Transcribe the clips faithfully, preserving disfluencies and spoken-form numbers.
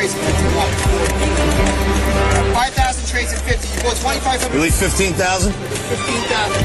trades at fifty-one. five thousand trades at fifty. You bought twenty-five hundred. You leave fifteen thousand? fifteen thousand.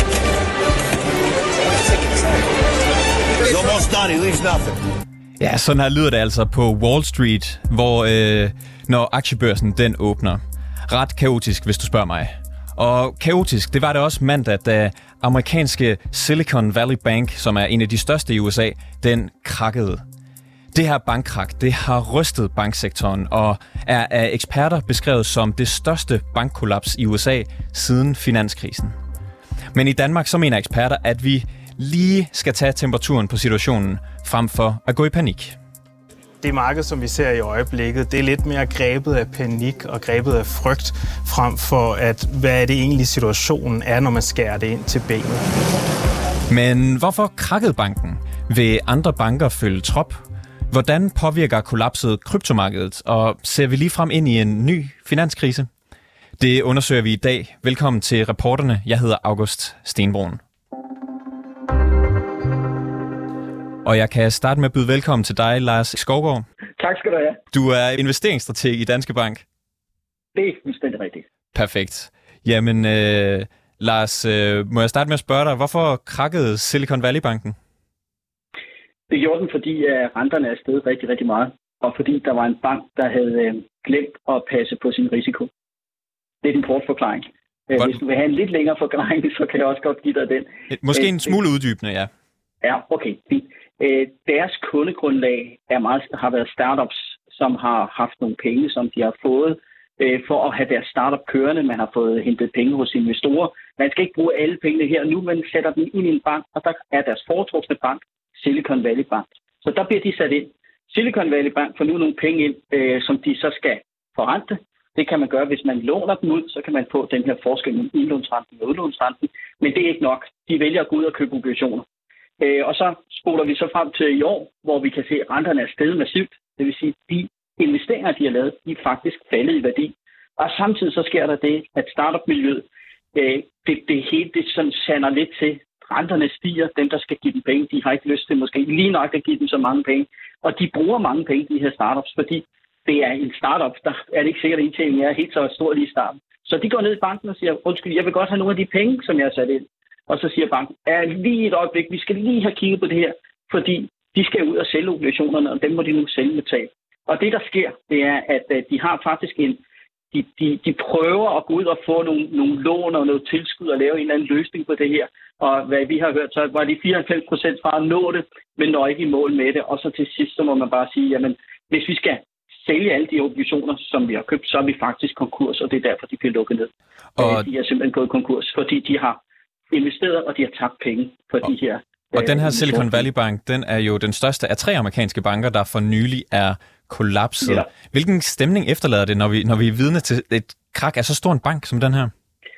He's almost done. He leaves nothing. Ja, sådan her lyder det altså på Wall Street, hvor øh, når aktiebørsen den åbner. Ret kaotisk, hvis du spørger mig. Og kaotisk, det var det også mandag, da amerikanske Silicon Valley Bank, som er en af de største i U S A, den krakkede. Det her bankkrak, det har rystet banksektoren og er af eksperter beskrevet som det største bankkollaps i U S A siden finanskrisen. Men i Danmark så mener eksperter, at vi lige skal tage temperaturen på situationen, frem for at gå i panik. Det marked, som vi ser i øjeblikket, det er lidt mere grebet af panik og grebet af frygt, frem for at, hvad er det egentlig situationen er, når man skærer det ind til benet. Men hvorfor krakkede banken? Vil andre banker følge trop? Hvordan påvirker kollapset kryptomarkedet? Og ser vi lige frem ind i en ny finanskrise? Det undersøger vi i dag. Velkommen til reporterne. Jeg hedder August Stenbrun. Og jeg kan starte med at byde velkommen til dig, Lars Skovgaard. Tak skal du have. Du er investeringsstrateg i Danske Bank. Det er fuldstændig rigtigt. Perfekt. Jamen, øh, Lars, øh, må jeg starte med at spørge dig, hvorfor krakkede Silicon Valley Banken? Det gjorde den, fordi at renterne er steget rigtig, rigtig meget. Og fordi der var en bank, der havde øh, glemt at passe på sin risiko. Det er den kort forklaring. Hvor... Hvis du vil have en lidt længere forklaring, så kan jeg også godt give dig den. Måske en smule uddybende, ja. Ja, okay. Fint. Deres kundegrundlag er meget, har været startups, som har haft nogle penge, som de har fået øh, for at have deres startup kørende. Man har fået hentet penge hos investorer. Man skal ikke bruge alle pengene her nu, men sætter dem ind i en bank, og der er deres foretrukne bank, Silicon Valley Bank. Så der bliver de sat ind. Silicon Valley Bank får nu nogle penge ind, øh, som de så skal forrente. Det kan man gøre, hvis man låner dem ud, så kan man få den her forskel mellem indlånsrenten og udlånsrenten. Men det er ikke nok. De vælger at gå ud og købe obligationer. Øh, og så spoler vi så frem til i år, hvor vi kan se, at renterne er steget massivt. Det vil sige, at de investeringer, de har lavet, de er faktisk faldet i værdi. Og samtidig så sker der det, at startup-miljøet, øh, det, det hele det sådan sander lidt til. Renterne stiger, dem der skal give dem penge, de har ikke lyst til måske lige nok at give dem så mange penge. Og de bruger mange penge, de her startups, fordi det er en startup, der er det ikke sikkert, at indtjeningen er helt så stor lige i starten. Så de går ned i banken og siger, undskyld, jeg vil godt have nogle af de penge, som jeg har sat ind. Og så siger banken, er lige et øjeblik, vi skal lige have kigget på det her, fordi de skal ud og sælge obligationerne, og dem må de nu sælge med tab. Og det, der sker, det er, at de har faktisk en, de, de, de prøver at gå ud og få nogle, nogle lån og noget tilskud og lave en eller anden løsning på det her. Og hvad vi har hørt, så var de fireoghalvfems procent fra at nå det, men når ikke i mål med det. Og så til sidst, så må man bare sige, jamen, hvis vi skal sælge alle de obligationer, som vi har købt, så er vi faktisk konkurs, og det er derfor, de bliver lukket ned. Og de er simpelthen gået konkurs, fordi de har investeret, og de har tabt penge på og, de her. Og øh, den her Silicon Valley Bank, den er jo den største af tre amerikanske banker, der for nylig er kollapset. Ja. Hvilken stemning efterlader det, når vi, når vi er vidne til et krak af så stor en bank som den her?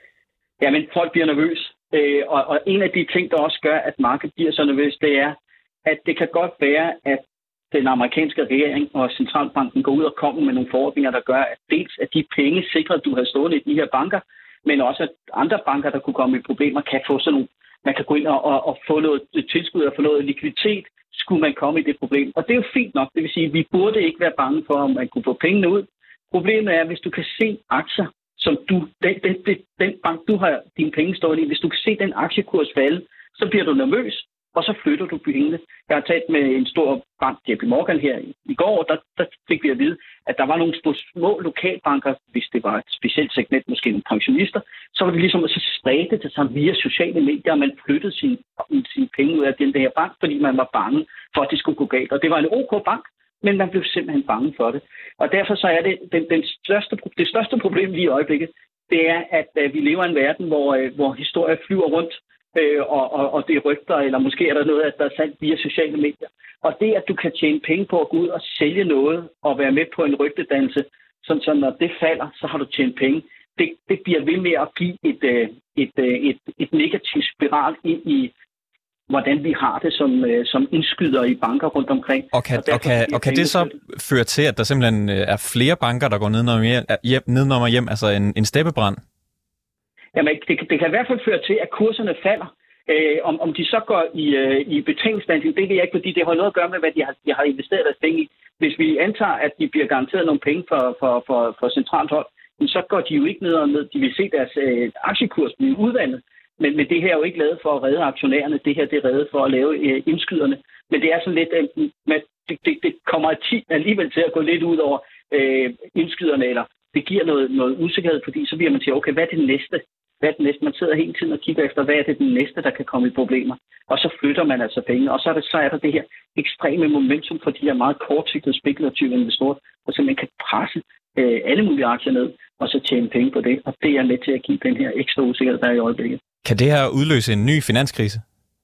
Jamen, folk bliver nervøs. Øh, og, og en af de ting, der også gør, at markedet bliver så nervøs, det er, at det kan godt være, at den amerikanske regering og centralbanken går ud og kommer med nogle forordninger, der gør, at dels at de penge sikrer, at du har stående i de her banker, men også at andre banker, der kunne komme i problemer, kan få sådan nogle, man kan gå ind og, og, og få noget tilskud og få noget likviditet, skulle man komme i det problem. Og det er jo fint nok, det vil sige, at vi burde ikke være bange for, om man kunne få pengene ud. Problemet er, hvis du kan se aktier, som du, den, den, den, den bank, du har dine penge stående i, hvis du kan se den aktiekurs falde, så bliver du nervøs, og så flytter du pengene. Jeg har talt med en stor bank, J P Morgan, her i, i går, der, der fik vi at vide, at der var nogle små lokalbanker, hvis det var et specielt segment, måske nogle pensionister, så var det ligesom at sprede det til sammen via sociale medier, og man flyttede sine sin penge ud af den der bank, fordi man var bange for, at det skulle gå galt. Og det var en OK bank, men man blev simpelthen bange for det. Og derfor så er det den, den største, det største problem lige i øjeblikket, det er, at uh, vi lever i en verden, hvor, uh, hvor historier flyver rundt, uh, og, og, og det er rygter, eller måske er der noget, at der er sandt via sociale medier. Og det, at du kan tjene penge på at gå ud og sælge noget, og være med på en rygtedannelse, sådan så når det falder, så har du tjent penge. Det, det bliver ved med at give et, uh, et, uh, et, et negativt spiral ind i, hvordan vi har det som, øh, som indskyder i banker rundt omkring. Og kan, og og kan, og kan det så føre til, at der simpelthen er flere banker, der går nedenom hjem, nedenom hjem altså en, en steppebrand? Jamen, det, det kan i hvert fald føre til, at kurserne falder. Øh, om, om de så går i, øh, i betalingsstand, det ved jeg ikke, fordi det har noget at gøre med, hvad de har, de har investeret deres penge i. hvis vi antager, at de bliver garanteret nogle penge for, for, for, for centralt hold, så går de jo ikke ned og ned. De vil se deres øh, aktiekurs blive udvandet. Men, men det her er jo ikke lavet for at redde aktionærerne. Det her det er reddet for at lave øh, indskyderne. Men det er sådan lidt, øh, det, det, det kommer alligevel til at gå lidt ud over øh, indskyderne, eller det giver noget, noget usikkerhed, fordi så bliver man til, okay, hvad er det næste? Hvad er det næste? Man sidder hele tiden og kigger efter, hvad er det den næste, der kan komme i problemer? Og så flytter man altså penge. Og så er, det, så er der det her ekstreme momentum for de her meget kortsigtede spekulative investorer, der simpelthen kan presse øh, alle mulige aktier ned, og så tjene penge på det. Og det er med til at give den her ekstra usikkerhed, der er i øjeblikket. Kan det her udløse en ny finanskrise?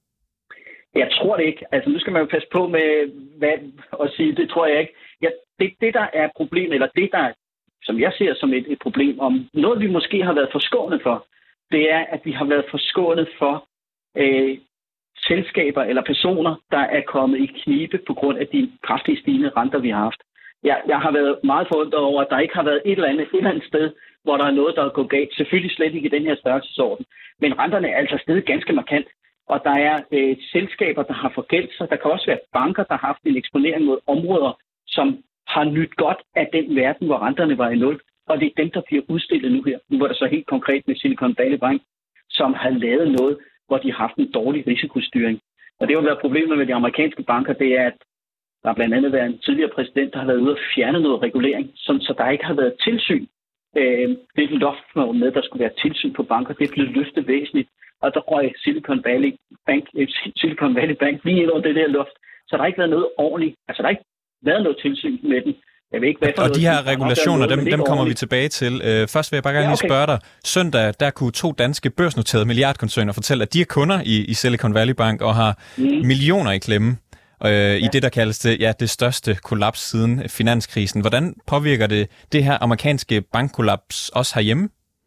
Jeg tror det ikke. Altså nu skal man jo passe på med hvad at sige, det tror jeg ikke. Ja, det, det der er problemet, eller det der, som jeg ser som et, et problem, om noget vi måske har været forskånet for, det er, at vi har været forskånet for øh, selskaber eller personer, der er kommet i knibe på grund af de kraftige stigende renter, vi har haft. Jeg, jeg har været meget forundret over, at der ikke har været et eller andet, et eller andet sted, hvor der er noget, der er gået galt. Selvfølgelig slet ikke i den her størrelsesorden. Men renterne er altså steget ganske markant. Og der er øh, selskaber, der har forgældt sig. Der kan også være banker, der har haft en eksponering mod områder, som har nyt godt af den verden, hvor renterne var i nul. Og det er dem, der bliver udstillet nu her. Nu var det så helt konkret med Silicon Valley Bank, som har lavet noget, hvor de har haft en dårlig risikostyring. Og det har været problemet med de amerikanske banker, det er, at der har blandt andet været en tidligere præsident, der har været ude og fjerne noget regulering, som, så der ikke har været tilsyn. Øh, det er loft med, at der skulle være tilsyn på banker. Det er blevet løftet væsentligt. Og der røg Silicon Valley Bank, Silicon Valley Bank lige ind over det der luft. Så der har ikke været noget ordentligt. Altså, der har ikke været noget tilsyn med den. Jeg ved ikke, hvad for og noget, de her regulationer, noget, dem, dem kommer vi tilbage til. Uh, først vil jeg bare gerne ja, okay. lige spørge dig. Søndag, der kunne to danske børsnoterede milliardkoncerner fortælle, at de er kunder i, i Silicon Valley Bank og har mm. millioner i klemme uh, ja. i det, der kaldes det, ja, det største kollaps siden finanskrisen. Hvordan påvirker det det her amerikanske bankkollaps også herhjemme?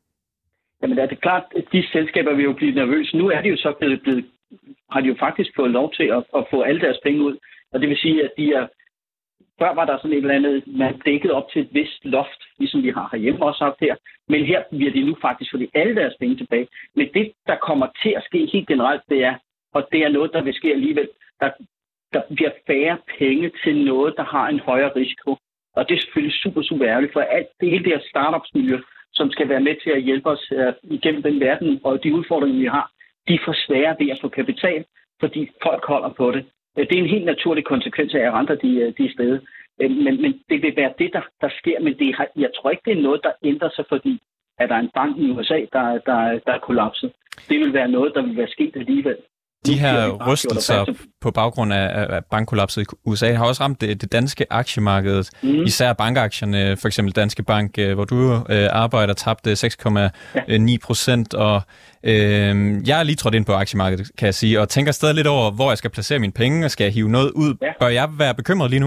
Jamen, det er klart, at de selskaber vil jo blive nervøse. Nu er de jo så blevet, blevet har de jo faktisk fået lov til at, at få alle deres penge ud. Og det vil sige, at de er før var der sådan et eller andet, man dækket op til et vist loft, ligesom vi har herhjemme også haft her. Men her bliver de nu faktisk fordi alle deres penge tilbage. Men det, der kommer til at ske helt generelt, det er, og det er noget, der vil ske alligevel, der, der bliver færre penge til noget, der har en højere risiko. Og det er selvfølgelig super, super ærgerligt, for alt det hele det her startups-miljø, som skal være med til at hjælpe os uh, igennem den verden, og de udfordringer, vi har, de får sværere ved at få kapital, fordi folk holder på det. Det er en helt naturlig konsekvens af, at renter de, de er stedet. Men, men det vil være det, der, der sker. Men det, jeg tror ikke, det er noget, der ændrer sig, fordi at der er en bank i U S A, der, der, der er kollapset. Det vil være noget, der vil være sket alligevel. De her rystelser på baggrund af bankkollapset i U S A har også ramt det, det danske aktiemarked. Mm. Især bankaktierne, for eksempel Danske Bank, hvor du øh, arbejder, tabte seks komma ni procent. Og øh, jeg er lige trådt ind på aktiemarkedet, kan jeg sige, og tænker stadig lidt over, hvor jeg skal placere mine penge, og skal jeg hive noget ud. Ja. Bør jeg være bekymret lige nu?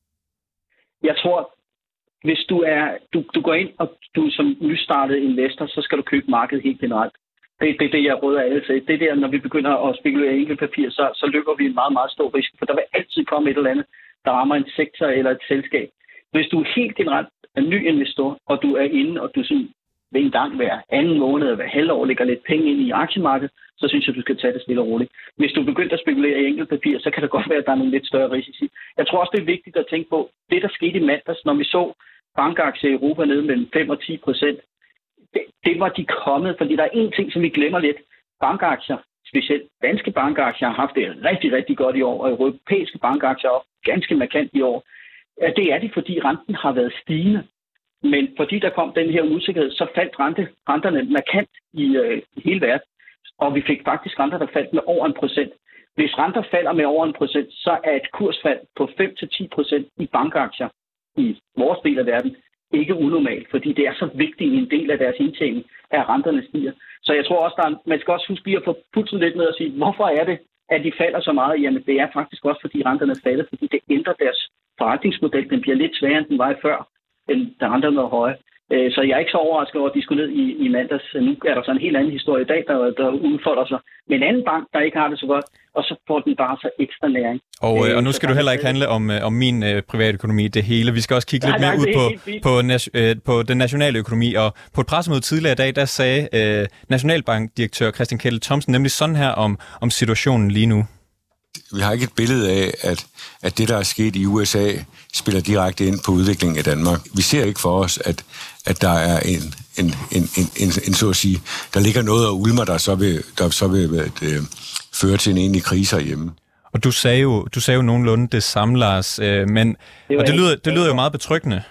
Jeg tror, hvis du er du, du går ind, og du som nystartet investor, så skal du købe markedet helt generelt. Det er det, det, jeg råder alle til. Det er der, når vi begynder at spekulere i enkeltpapir, så, så løber vi en meget, meget stor risiko, for der vil altid komme et eller andet, der rammer en sektor eller et selskab. Hvis du helt generelt er ny investor, og du er inde, og du sådan ved en gang hver anden måned eller hver halvår lægger lidt penge ind i aktiemarkedet, så synes jeg, du skal tage det stille og roligt. Hvis du begynder at spekulere i enkeltpapir, så kan det godt være, at der er nogle lidt større risici. Jeg tror også, det er vigtigt at tænke på, det der skete i mandags, når vi så bankaktier i Europa nede mellem fem og ti procent, Det, det var de kommet, fordi der er en ting, som vi glemmer lidt. Bankaktier, specielt danske bankaktier, har haft det rigtig, rigtig godt i år, og europæiske bankaktier også ganske markant i år. Det er det, fordi renten har været stigende. Men fordi der kom den her usikkerhed, så faldt rente, renterne markant i øh, hele verden. Og vi fik faktisk renter, der faldt med over en procent. Hvis renter falder med over en procent, så er et kursfald på fem til ti procent i bankaktier i vores del af verden ikke unormalt, fordi det er så vigtigt en del af deres indtjening, at renterne stiger. Så jeg tror også, der er, man skal også huske lige at få putset lidt ned og sige, hvorfor er det, at de falder så meget? Jamen, det er faktisk også, fordi renterne falder, fordi det ændrer deres forretningsmodel. Den bliver lidt sværere, end den var før, end da renterne var høje. Så jeg er ikke så overrasket over, at de skulle ned i, i mandags. Nu er der så en helt anden historie i dag, der, der udfolder sig med en anden bank, der ikke har det så godt, og så får den bare så ekstra næring. Og, øh, og nu skal du heller ikke handle om, om min øh, privatøkonomi, det hele. Vi skal også kigge nej, lidt mere nej, ud på, på, nas- øh, på den nationale økonomi. Og på et pressemøde tidligere i dag, der sagde øh, Nationalbankdirektør Christian Kettel Thomsen nemlig sådan her om, om situationen lige nu. vi har ikke et billede af, at, at det, der er sket i U S A, spiller direkte ind på udviklingen af Danmark. Vi ser ikke for os, at, at der er en, en, en, en, en, en, så at sige, der ligger noget og ulmer, der så vil, der så vil øh, føre til en egentlig krise herhjemme. Og du sagde jo, du sagde jo nogenlunde det samme, Lars, øh, men, det og det lyder, det lyder jo meget betryggende.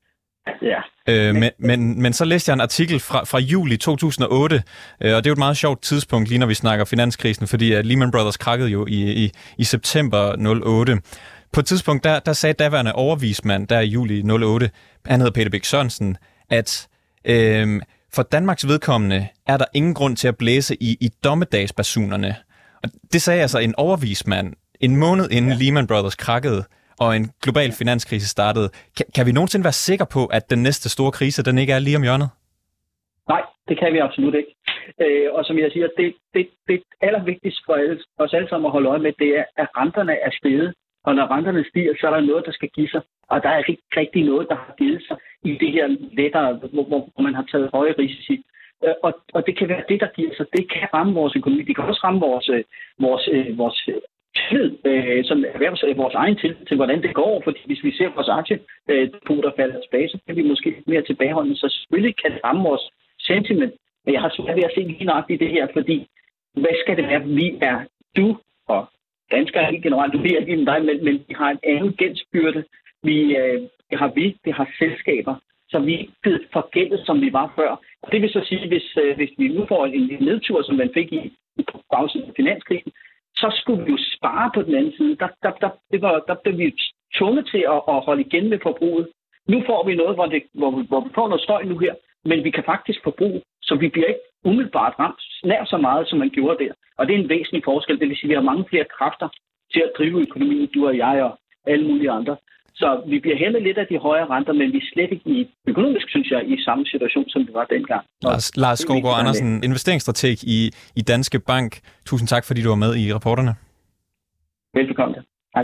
Ja. Øh, men, men, men så læste jeg en artikel fra, fra juli to tusind og otte, øh, og det er jo et meget sjovt tidspunkt, lige når vi snakker finanskrisen, fordi at Lehman Brothers krakkede jo i, i, i september nul otte. På et tidspunkt, der, der sagde daværende overvismand, der i juli nul otte, han hedder Peter Bæk Sørensen, at øh, for Danmarks vedkommende er der ingen grund til at blæse i, i dommedagsbasunerne. Og det sagde altså en overvismand en måned inden ja. Lehman Brothers krakkede, og en global finanskrise startede. Kan, kan vi nogensinde være sikre på, at den næste store krise, den ikke er lige om hjørnet? Nej, det kan vi absolut ikke. Øh, og som jeg siger, det, det, det allervigtigste for os alle sammen at holde øje med, det er, at renterne er steget. Og når renterne stiger, så er der noget, der skal give sig. Og der er ikke rigtig noget, der har givet sig i det her lettere, hvor, hvor man har taget høje risici. Øh, og, og det kan være det, der giver sig. Det kan ramme vores økonomi. Det kan også ramme vores, vores, vores tillid, øh, som erhvervs, vores egen tillid til, hvordan det går. Fordi hvis vi ser vores aktiedepoter falder tilbage, så kan vi måske mere tilbageholdende. Så selvfølgelig kan det ramme vores sentiment. Men jeg har svært ved at se lige nok i det her, fordi hvad skal det være? Vi er du og danskere er ikke generelt, du bliver ikke dig, men, men vi har en anden gældsbyrde. Vi, øh, det har vi, det har selskaber, så vi er ikke blevet forgældet, som vi var før. Og det vil så sige, hvis, øh, hvis vi nu får en nedtur, som man fik i, i bagsiden af finanskrisen, så skulle vi jo spare på den anden side. Der, der, der, det var, der blev vi tvunget til at, at holde igen med forbruget. Nu får vi noget, hvor, det, hvor, hvor vi får noget støj nu her, men vi kan faktisk forbruge, så vi bliver ikke umiddelbart ramt nær så meget, som man gjorde der. Og det er en væsentlig forskel. Det vil sige, at vi har mange flere kræfter til at drive økonomien, du og jeg og alle mulige andre. Så vi bliver heller lidt af de højere renter, men vi er slet ikke i økonomisk, synes jeg, i samme situation, som det var dengang. Lars, Lars Skovgaard Andersen, investeringsstrateg i, i Danske Bank. Tusind tak, fordi du var med i rapporterne. Velbekomme. Hej.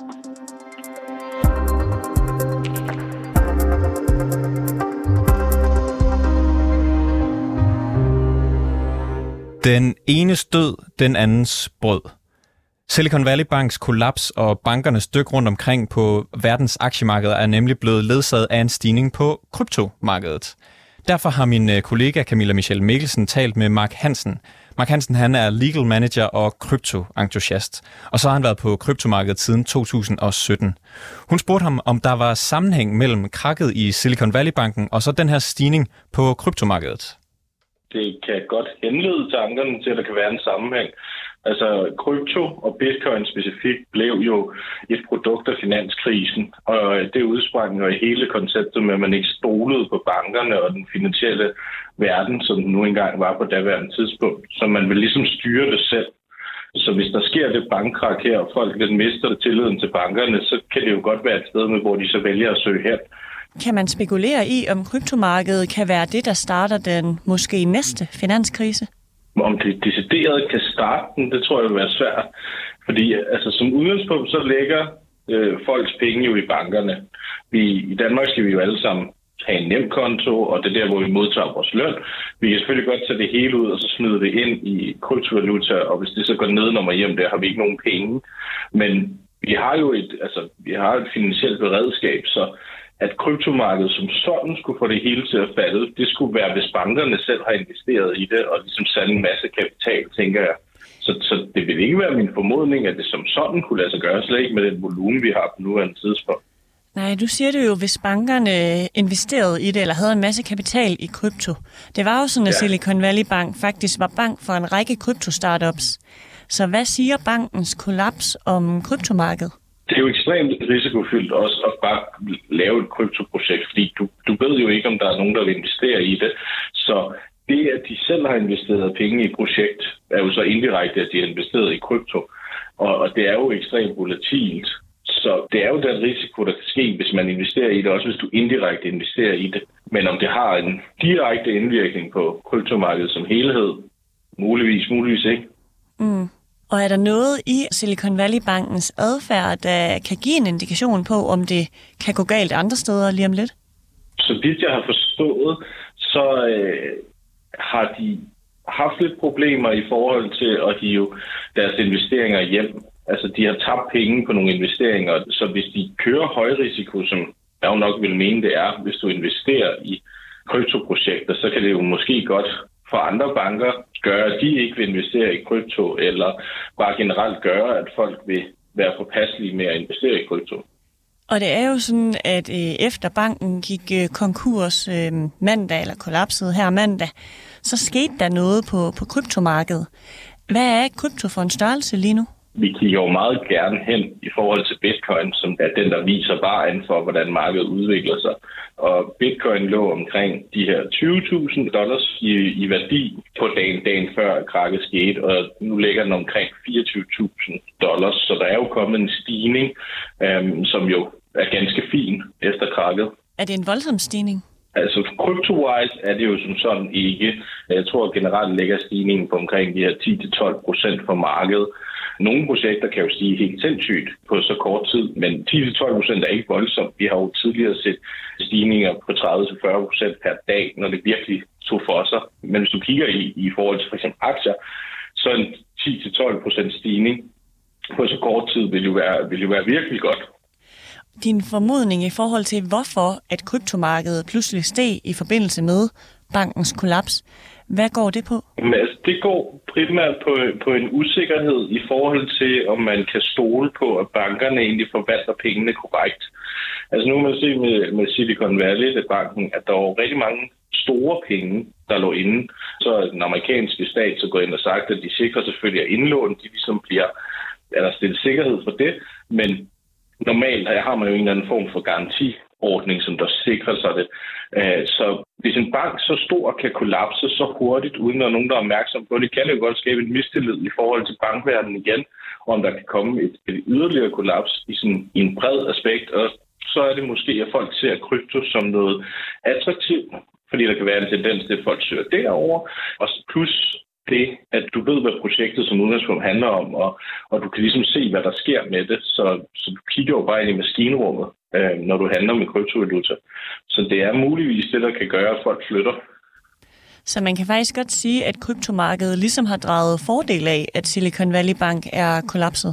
Den enes død, den andens brød. Silicon Valley Banks kollaps og bankernes dyk rundt omkring på verdens aktiemarkeder er nemlig blevet ledsaget af en stigning på kryptomarkedet. Derfor har min kollega Camilla Michelle Mikkelsen talt med Mark Hansen. Mark Hansen han er legal manager og kryptoentusiast, og så har han været på kryptomarkedet siden to tusind og sytten. Hun spurgte ham, om der var sammenhæng mellem krakket i Silicon Valley Banken og så den her stigning på kryptomarkedet. Det kan godt henlede tankerne til, at der kan være en sammenhæng. Altså, krypto og bitcoin specifikt blev jo et produkt af finanskrisen, og det udsprang jo i hele konceptet med, at man ikke stolede på bankerne og den finansielle verden, som den nu engang var på daværende tidspunkt. Så man vil ligesom styre det selv. Så hvis der sker det bankkrak her, og folk lidt mister tilliden til bankerne, så kan det jo godt være et sted, med, hvor de så vælger at søge hen. Kan man spekulere i, om kryptomarkedet kan være det, der starter den måske næste finanskrise? Om det decideret kan starte den, det tror jeg vil være svært. Fordi altså, som udgangspunkt, så lægger øh, folks penge jo i bankerne. Vi, I Danmark skal vi jo alle sammen have en nem konto, og det er der, hvor vi modtager vores løn. Vi kan selvfølgelig godt tage det hele ud, og så smide det ind i kryptovaluta, og hvis det så går ned, når man hjem, der har vi ikke nogen penge. Men vi har jo et, altså, vi har et finansielt beredskab, så at kryptomarkedet som sådan skulle få det hele til at falde, det skulle være, hvis bankerne selv har investeret i det, og ligesom sat en masse kapital, tænker jeg. Så, så det vil ikke være min formodning, at det som sådan kunne lade sig gøre, slet ikke med den volumen, vi har på nuværende tidspunkt. Nej, du siger det jo, hvis bankerne investerede i det, eller havde en masse kapital i krypto. Det var jo sådan, at ja. Silicon Valley Bank faktisk var bank for en række krypto-startups. Så hvad siger bankens kollaps om kryptomarkedet? Det er jo ekstremt risikofyldt også at bare lave et kryptoprojekt, fordi du, du ved jo ikke, om der er nogen, der vil investere i det. Så det, at de selv har investeret penge i et projekt, er jo så indirekte, at de har investeret i krypto. Og, og det er jo ekstremt volatilt. Så det er jo den risiko, der kan ske, hvis man investerer i det, også hvis du indirekte investerer i det. Men om det har en direkte indvirkning på kryptomarkedet som helhed, muligvis, muligvis ikke. Mm. Og er der noget i Silicon Valley Bankens adfærd, der kan give en indikation på, om det kan gå galt andre steder lige om lidt? Så vidt jeg har forstået, så øh, har de haft lidt problemer i forhold til at hive deres investeringer hjem. Altså, de har tabt penge på nogle investeringer, så hvis de kører højrisiko, som jeg jo nok vil mene, det er, hvis du investerer i kryptoprojekter, så kan det jo måske godt for andre banker gøre, at de ikke vil investere i krypto, eller bare generelt gøre, at folk vil være påpasselige med at investere i krypto. Og det er jo sådan, at øh, efter banken gik øh, konkurs øh, mandag, eller kollapsede her mandag, så skete der noget på, på kryptomarkedet. Hvad er krypto for en størrelse lige nu? Vi kigger jo meget gerne hen i forhold til Bitcoin, som er den, der viser vejen for, hvordan markedet udvikler sig. Og Bitcoin lå omkring de her tyve tusind dollars i, i værdi på dagen, dagen før krakket skete, og nu ligger den omkring fireogtyve tusind dollars. Så der er jo kommet en stigning, øhm, som jo er ganske fin efter krakket. Er det en voldsom stigning? Altså, crypto-wise er det jo som sådan ikke. Jeg tror generelt ligger stigningen på omkring de her ti til tolv procent for markedet. Nogle projekter kan jo stige helt sindssygt på så kort tid, men ti til tolv procent er ikke voldsomt. Vi har jo tidligere set stigninger på tredive til fyrre procent per dag, når det virkelig tog for sig. Men hvis du kigger i, i forhold til for eksempel aktier, så en ti til tolv procent stigning på så kort tid vil jo være, vil jo være virkelig godt. Din formodning i forhold til, hvorfor at kryptomarkedet pludselig steg i forbindelse med bankens kollaps, hvad går det på? Men altså, det går primært på, på en usikkerhed i forhold til, om man kan stole på, at bankerne egentlig forvalter pengene korrekt. Altså nu kan man se med, med Silicon Valley-banken, at der var rigtig mange store penge, der lå inde. Så er den amerikanske stat så gået ind og sagt, at de sikrer selvfølgelig, at indlån, de ligesom bliver, er der stillet sikkerhed for det, men normalt har man jo en eller anden form for garantiordning, som der sikrer sig det. Så hvis en bank så stor kan kollapse så hurtigt, uden at nogen der er opmærksom på det, kan det jo godt skabe en mistillid i forhold til bankverdenen igen, om der kan komme et, et yderligere kollaps i, sådan, i en bred aspekt. Og så er det måske, at folk ser krypto som noget attraktivt, fordi der kan være en tendens til, at folk søger derover. Og plus det, at du ved, hvad projektet som udgangspunkt handler om, og, og du kan ligesom se, hvad der sker med det. Så, så du kigger jo bare ind i maskinrummet, øh, når du handler med kryptovaluta. Så det er muligvis det, der kan gøre, at folk flytter. Så man kan faktisk godt sige, at kryptomarkedet ligesom har draget fordel af, at Silicon Valley Bank er kollapset?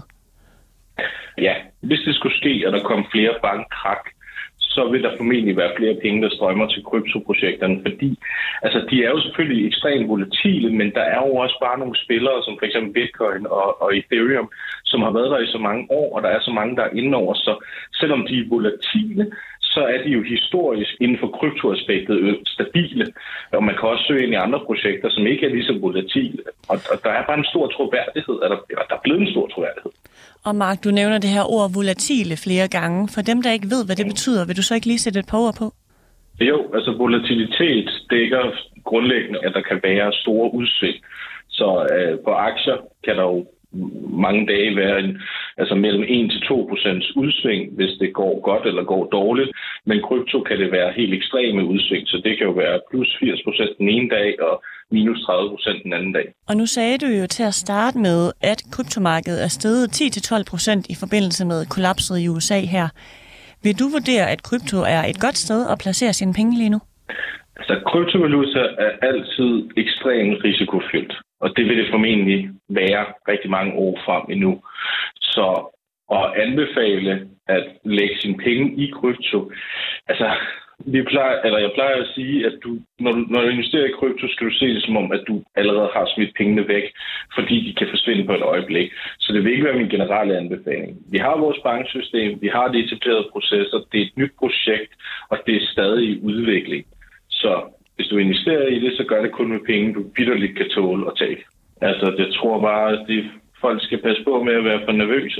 Ja, hvis det skulle ske, og der kom flere bankkrak, så vil der formentlig være flere penge, der strømmer til kryptoprojekterne, fordi altså, de er jo selvfølgelig ekstremt volatile, men der er jo også bare nogle spillere, som for eksempel Bitcoin og, og Ethereum, som har været der i så mange år, og der er så mange, der er inde over. Så selvom de er volatile, så er de jo historisk inden for kryptoaspektet stabile. Og man kan også søge ind i andre projekter, som ikke er lige så volatile. Og, og der er bare en stor troværdighed, eller der er blevet en stor troværdighed. Og Mark, du nævner det her ord volatile flere gange. For dem, der ikke ved, hvad det betyder, vil du så ikke lige sætte et par ord på? Jo, altså volatilitet dækker grundlæggende, at der kan være store udsving. Så øh, på aktier kan der jo mange dage være en, altså mellem en til to procents udsving, hvis det går godt eller går dårligt. Men krypto kan det være helt ekstreme udsving, så det kan jo være plus firs procent den ene dag og minus tredive procent den anden dag. Og nu sagde du jo til at starte med, at kryptomarkedet er steget ti til tolv procent i forbindelse med kollapset i U S A her. Vil du vurdere, at krypto er et godt sted at placere sine penge lige nu? Altså, kryptovaluta er altid ekstremt risikofyldt, og det vil det formentlig være rigtig mange år frem endnu. Så at anbefale at lægge sine penge i krypto, altså, vi plejer, eller jeg plejer at sige, at du, når, du, når du investerer i krypto, skal du se det som om, at du allerede har smidt pengene væk, fordi de kan forsvinde på et øjeblik. Så det vil ikke være min generelle anbefaling. Vi har vores banksystem, vi har de etablerede processer, det er et nyt projekt, og det er stadig i udvikling. Så hvis du investerer i det, så gør det kun med penge, du bitterligt kan tåle at tage. Altså, jeg tror bare, at de folk skal passe på med at være for nervøse.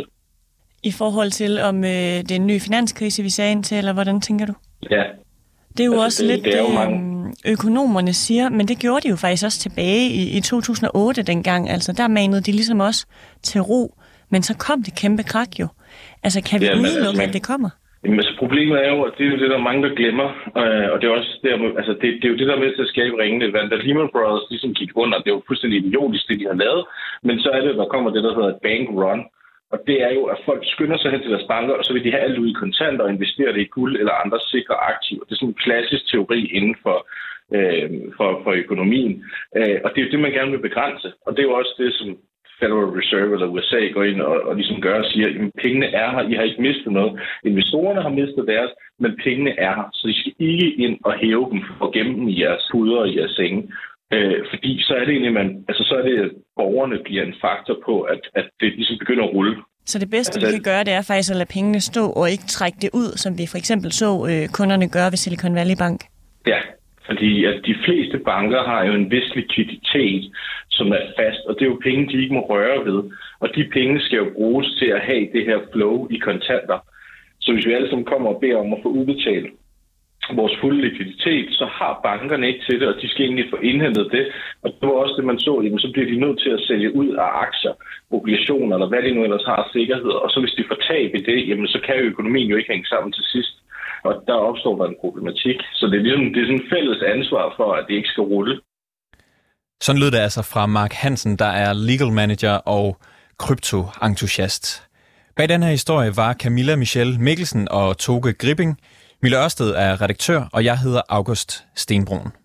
I forhold til, om øh, det er en ny finanskrise, vi ser ind til, eller hvordan tænker du? Ja. Det er jo altså, også det, lidt det, det, mange... økonomerne siger, men det gjorde de jo faktisk også tilbage i, i to tusind og otte dengang. Altså, der manede de ligesom også til ro, men så kom det kæmpe krak jo. Altså, kan vi ja, udelukke, altså, man... at det kommer? Jamen, altså, problemet er jo, at det er jo det, der er mange, der glemmer, øh, og det er også der, altså, det, det er jo det, der er med til at skabe ringende vand. Da Lehman Brothers ligesom gik under, det er jo fuldstændig idiotisk, det de har lavet, men så er det, der kommer det, der hedder et bank run, og det er jo, at folk skynder sig hen til deres banker, og så vil de have alt ud i kontanter og investere det i guld eller andre sikre aktiver. Det er sådan en klassisk teori inden for, øh, for, for økonomien, øh, og det er jo det, man gerne vil begrænse, og det er jo også det, som Federal Reserve eller U S A går ind og, og ligesom gør og siger, at pengene er her, I har ikke mistet noget. Investorerne har mistet deres, men pengene er her, så I skal ikke ind og hæve dem og gemme dem i jeres puder og i jeres senge. Øh, fordi så er det egentlig, man, altså så er det, at borgerne bliver en faktor på, at, at det ligesom begynder at rulle. Så det bedste, altså, vi kan gøre, det er faktisk at lade pengene stå og ikke trække det ud, som vi for eksempel så øh, kunderne gøre ved Silicon Valley Bank? Ja, fordi at de fleste banker har jo en vis likviditet, som er fast, og det er jo penge, de ikke må røre ved. Og de penge skal jo bruges til at have det her flow i kontanter. Så hvis vi alle sammen kommer og beder om at få udbetalt vores fulde likviditet, så har bankerne ikke til det, og de skal egentlig få indhentet det. Og det var også det, man så, jamen, så bliver de nødt til at sælge ud af aktier, obligationer, eller hvad de nu ellers har sikkerhed. Og så hvis de får tab i det, jamen, så kan jo økonomien jo ikke hænge sammen til sidst. Og der opstår der en problematik. Så det er ligesom det er sådan et fælles ansvar for, at det ikke skal rulle. Sådan lød det altså fra Mark Hansen, der er legal manager og kryptoentusiast. Bag den her historie var Camilla Michelle Mikkelsen og Toge Gripping. Mille Ørsted er redaktør, og jeg hedder August Stenbrun.